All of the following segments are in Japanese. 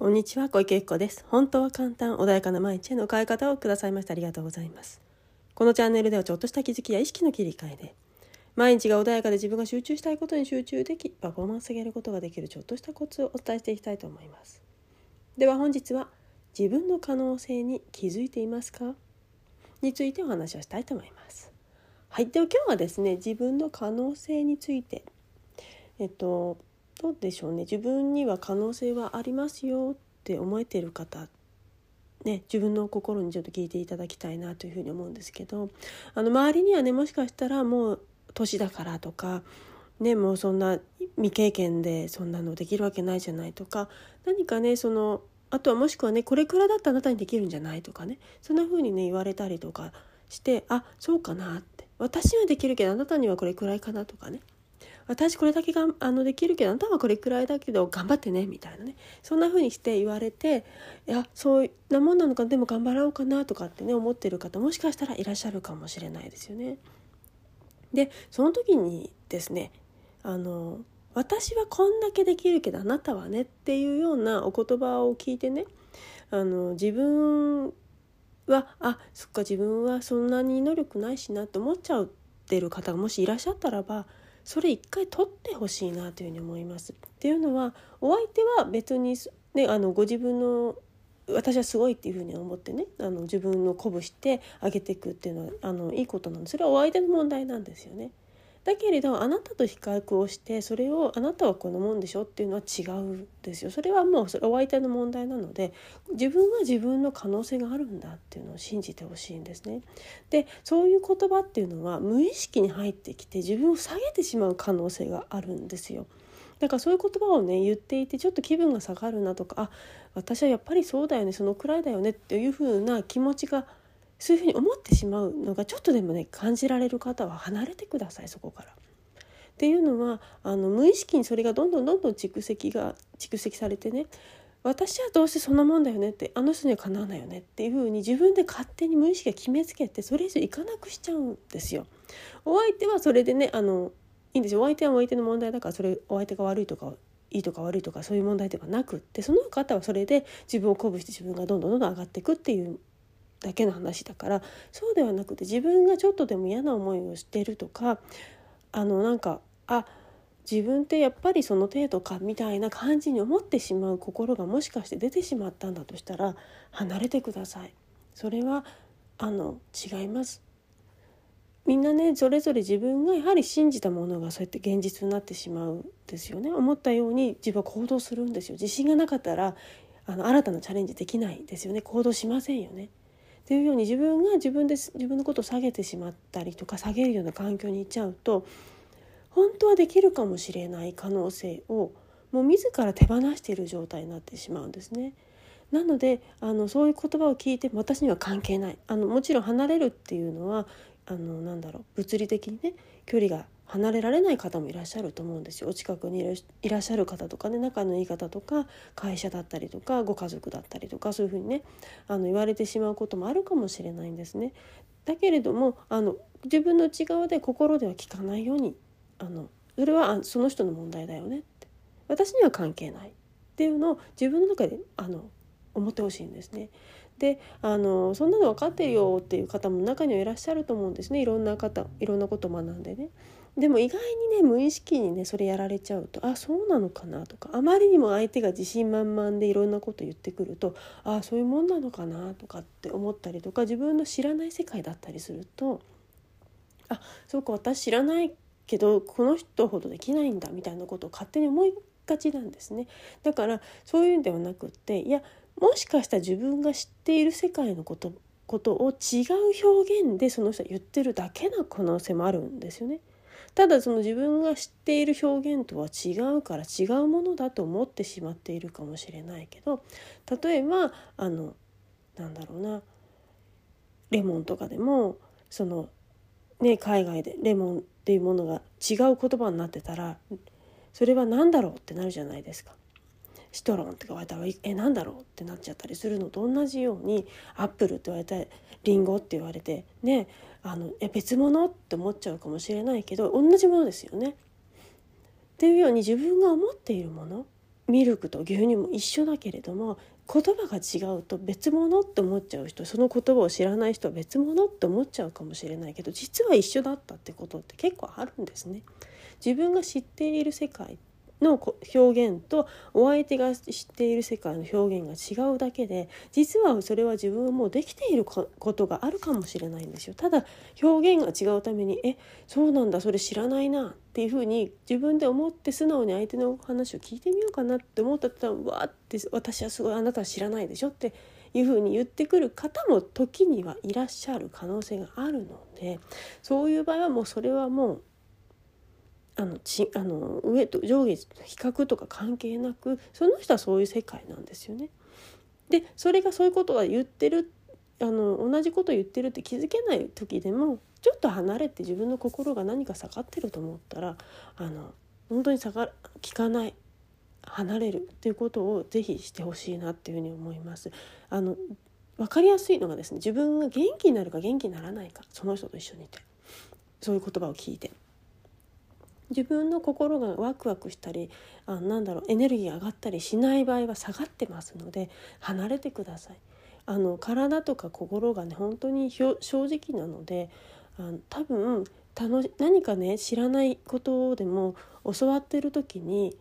こんにちは、小池由紀子です。本当は簡単、穏やかな毎日への変え方をくださいましてありがとうございます。このチャンネルではちょっとした気づきや意識の切り替えで、毎日が穏やかで自分が集中したいことに集中でき、パフォーマンスを上げることができるちょっとしたコツをお伝えしていきたいと思います。では本日は、自分の可能性に気づいていますかについてお話をしたいと思います。はい、では今日はですね、自分の可能性について、どうでしょうね。自分には可能性はありますよって思えている方ね、自分の心にちょっと聞いていただきたいなというふうに思うんですけど、周りにはね、もしかしたらもう年だからとかね、もうそんな未経験でそんなのできるわけないじゃないとか、何かね、あとはもしくはね、これくらいだったらあなたにできるんじゃないとかね、そんな風にね言われたりとかして、あ、そうかなって、私はできるけどあなたにはこれくらいかなとかね、私これだけができるけどあなたはこれくらいだけど頑張ってねみたいなね、そんな風にして言われて、いやそういうなもんなのか、でも頑張ろうかなとかってね思ってる方、もしかしたらいらっしゃるかもしれないですよね。でその時にですね、私はこんだけできるけどあなたはねっていうようなお言葉を聞いてね、自分はそっか、自分はそんなに能力ないしなって思っちゃってる方がもしいらっしゃったらば、それ一回取ってほしいなというふうに思います。っていうのは、お相手は別に、ね、ご自分の私はすごいっていうふうに思ってね、自分を鼓舞してあげていくっていうのはいいことなんです。それはお相手の問題なんですよね。だけれどあなたと比較をして、それをあなたはこのもんでしょっていうのは違うんですよ。それはもうお相手の問題なので、自分は自分の可能性があるんだっていうのを信じてほしいんですね。でそういう言葉っていうのは無意識に入ってきて自分を下げてしまう可能性があるんですよ。だからそういう言葉をね言っていて、ちょっと気分が下がるなとか、私はやっぱりそうだよね、そのくらいだよねっていう風な気持ちが、そういうふうに思ってしまうのがちょっとでもね感じられる方は離れてください、そこから。っていうのは無意識にそれがどんどん蓄積されてね、私はどうせそんなもんだよねって、あの人にはかなわないよねっていうふうに自分で勝手に無意識が決めつけて、それ以上いかなくしちゃうんですよ。お相手はそれでねいいんですよ。お相手はお相手の問題だから、それお相手が悪いとかいいとか悪いとかそういう問題ではなくって、その方はそれで自分を鼓舞して自分がどんどん上がっていくっていうだけの話だから、そうではなくて、自分がちょっとでも嫌な思いをしているとか、なんか自分ってやっぱりその程度かみたいな感じに思ってしまう心がもしかして出てしまったんだとしたら、離れてください。それは違います。みんなね、それぞれ自分がやはり信じたものがそうやって現実になってしまうんですよね。思ったように自分は行動するんですよ。自信がなかったら新たなチャレンジできないですよね。行動しませんよね。っていうように、自分が自分のことを下げてしまったりとか、下げるような環境に行っちゃうと、本当はできるかもしれない可能性をもう自ら手放している状態になってしまうんですね。なのでそういう言葉を聞いても私には関係ない、もちろん離れるっていうのは物理的にね距離が離れられない方もいらっしゃると思うんですよ。お近くにいらっしゃる方とかね、仲のいい方とか、会社だったりとかご家族だったりとか、そういうふうにね言われてしまうこともあるかもしれないんですね。だけれども自分の内側で心では聞かないように、それはその人の問題だよねって、私には関係ないっていうのを自分の中で思ってほしいんですね。でそんなの分かってるよっていう方も中にはいらっしゃると思うんですね。いろんなことを学んでね。でも意外にね無意識にねそれやられちゃうと、そうなのかなとか、あまりにも相手が自信満々でいろんなこと言ってくると、そういうもんなのかなとかって思ったりとか、自分の知らない世界だったりすると、そうか、私知らないけどこの人ほどできないんだみたいなことを勝手に思いがちなんですね。だからそういうんではなくって、いや、もしかしたら自分が知っている世界のことを違う表現でその人は言ってるだけの可能性もあるんですよね。ただその自分が知っている表現とは違うから、違うものだと思ってしまっているかもしれないけど、例えばなんだろうな、レモンとかでも海外でレモンっていうものが違う言葉になってたら、それは何だろうってなるじゃないですか。シトロンって言われたら何だろうってなっちゃったりするのと同じように、アップルって言われたらリンゴって言われてね、別物って思っちゃうかもしれないけど同じものですよね。っていうように、自分が思っているものミルクと牛乳も一緒だけれども、言葉が違うと別物って思っちゃう人、その言葉を知らない人は別物って思っちゃうかもしれないけど、実は一緒だったってことって結構あるんですね。自分が知っている世界の表現とお相手が知っている世界の表現が違うだけで、実はそれは自分はもうできていることがあるかもしれないんですよ。ただ表現が違うためにそうなんだ、それ知らないなっていうふうに自分で思って素直に相手の話を聞いてみようかなって思ったら、わーって私はすごい、あなたは知らないでしょっていうふうに言ってくる方も時にはいらっしゃる可能性があるので、そういう場合はもうそれはもう上と上下比較とか関係なく、その人はそういう世界なんですよね。でそれがそういうことが言ってる同じことを言ってるって気づけない時でも、ちょっと離れて自分の心が何か下がってると思ったら本当に聞かない、離れるっていうことをぜひしてほしいなっていうふうに思います。分かりやすいのがですね、自分が元気になるか元気にならないか、その人と一緒にいてそういう言葉を聞いて自分の心がワクワクしたりエネルギーが上がったりしない場合は下がってますので、離れてください。体とか心がね本当に正直なので、多分何かね知らないことでも教わってる時に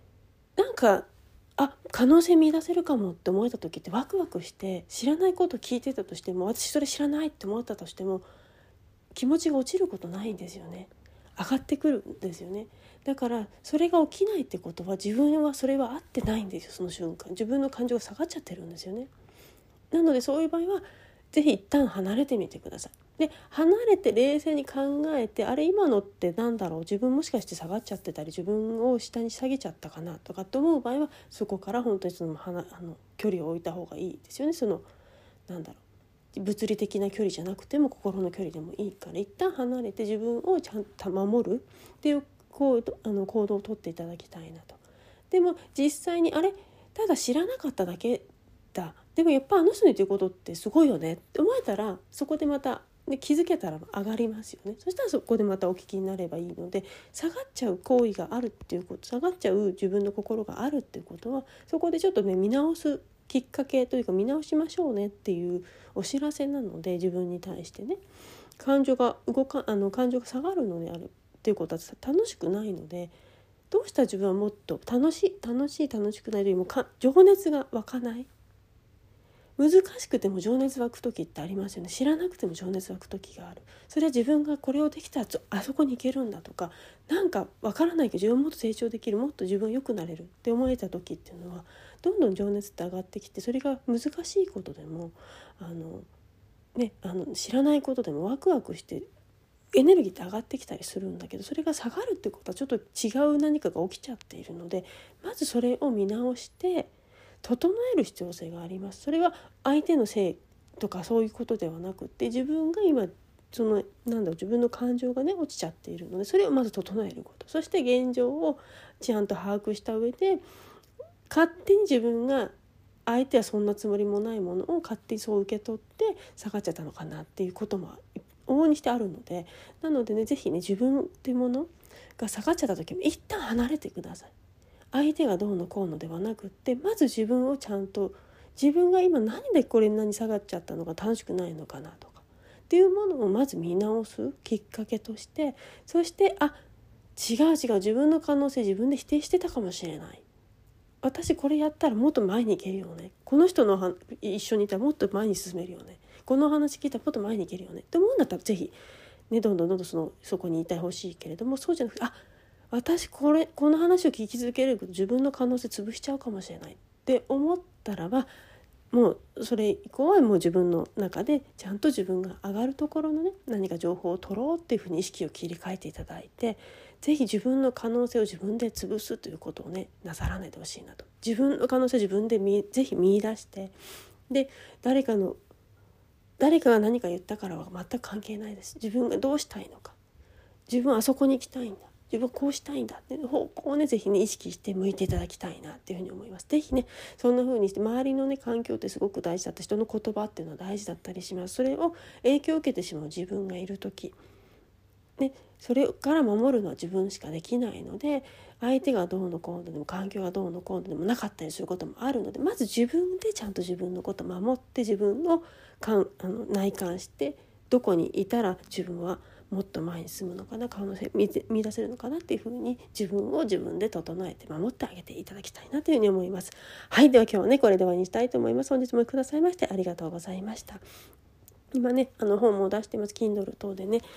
可能性見出せるかもって思えた時ってワクワクして、知らないこと聞いてたとしても、私それ知らないって思ったとしても気持ちが落ちることないんですよね。上がってくるんですよね。だからそれが起きないってことは、自分はそれは合ってないんですよ。その瞬間自分の感情が下がっちゃってるんですよね。なのでそういう場合はぜひ一旦離れてみてください。で離れて冷静に考えて、今のってなんだろう、自分もしかして下がっちゃってたり自分を下に下げちゃったかなとかって思う場合は、そこから本当に距離を置いた方がいいですよね。物理的な距離じゃなくても心の距離でもいいから、一旦離れて自分をちゃんと守るっていう行動をとっていただきたいなと。でも実際にただ知らなかっただけだ、でもやっぱあの人の言ってることってすごいよねって思えたら、そこでまた気づけたら上がりますよね。そしたらそこでまたお聞きになればいいので、下がっちゃう行為があるっていうこと、下がっちゃう自分の心があるっていうことは、そこでちょっとね見直すきっかけというか、見直しましょうねっていうお知らせなので、自分に対してね感情が下がるのであるっていうことは楽しくないので、どうしたら自分はもっと楽しくないというよりも情熱が湧かない、難しくても情熱湧く時ってありますよね。知らなくても情熱湧く時がある。それは自分がこれをできたらあそこに行けるんだとか、わからないけど自分もっと成長できる、もっと自分良くなれるって思えた時っていうのは、どんどん情熱って上がってきて、それが難しいことでも知らないことでもワクワクしてエネルギーって上がってきたりするんだけど、それが下がるってことはちょっと違う何かが起きちゃっているので、まずそれを見直して整える必要性があります。それは相手のせいとかそういうことではなくって、自分が今自分の感情がね落ちちゃっているので、それをまず整えること、そして現状をちゃんと把握した上で、勝手に自分が相手はそんなつもりもないものを勝手にそう受け取って下がっちゃったのかなっていうことも往々にしてあるので、なのでね、ぜひね、自分っていうものが下がっちゃった時も一旦離れてください。相手がどうのこうのではなくって、まず自分をちゃんと、自分が今何でこれに下がっちゃったのか、楽しくないのかなとかっていうものをまず見直すきっかけとして、そして違う自分の可能性自分で否定してたかもしれない、私これやったらもっと前に行けるよね、この人の一緒にいたらもっと前に進めるよね、この話聞いたらもっと前に行けるよねって思うんだったら、ぜひねどんどんそこにいてほしいけれども、そうじゃなくて私この話を聞き続けると自分の可能性潰しちゃうかもしれないって思ったらば、もうそれ以降はもう自分の中でちゃんと自分が上がるところのね何か情報を取ろうっていうふうに意識を切り替えていただいて、ぜひ自分の可能性を自分で潰すということをねなさらないでほしいなと。自分の可能性を自分でぜひ見出して、で誰かが何か言ったからは全く関係ないです。自分がどうしたいのか、自分はあそこに行きたいんだ、自分はこうしたいんだっていう方向をねぜひね意識して向いていただきたいなっていうふうに思います。ぜひねそんな風にして、周りのね環境ってすごく大事だった、人の言葉っていうのは大事だったりします。それを影響を受けてしまう自分がいる時、 ね、それから守るのは自分しかできないので、相手がどうのこうのでも環境がどうのこうのでもなかったりすることもあるので、まず自分でちゃんと自分のことを守って、自分の内観して、どこにいたら自分はもっと前に進むのかな、可能性見出せるのかなっていうふうに自分を自分で整えて守ってあげていただきたいなというふうに思います。はい、では今日はねこれで終わりにしたいと思います。本日もくださいましてありがとうございました。今ね本も出しています。 Kindle 等でね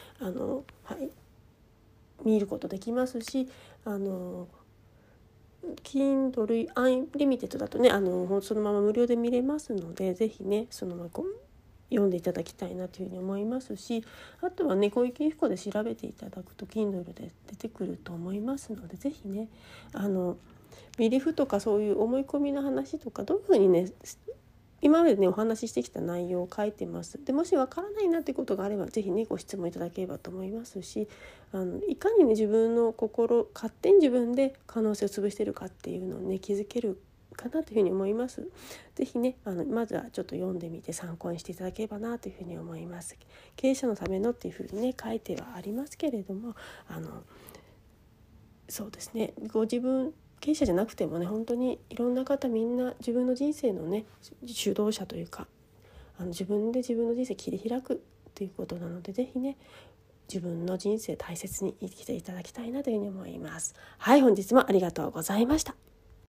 見ることできますし、Kindle Unlimited だとねそのまま無料で見れますので、ぜひねそのまま読んでいただきたいなというふうに思いますし、あとはね小池百合子で調べていただくと Kindle で出てくると思いますので、ぜひねビリフとかそういう思い込みの話とか、どういうふうにね今までねお話ししてきた内容を書いてます。でもしわからないなってことがあればぜひねご質問いただければと思いますし、いかにね自分の勝手に自分で可能性を潰しているかっていうのをね気づけるかなというふうに思います。ぜひねまずはちょっと読んでみて参考にしていただければなというふうに思います。経営者のためのっていうふうにね書いてはありますけれども、そうですね、ご自分経営者じゃなくてもね本当にいろんな方みんな自分の人生のね主導者というか自分で自分の人生切り開くっていうことなので、ぜひね自分の人生大切に生きていただきたいなというふうに思います。はい、本日もありがとうございました。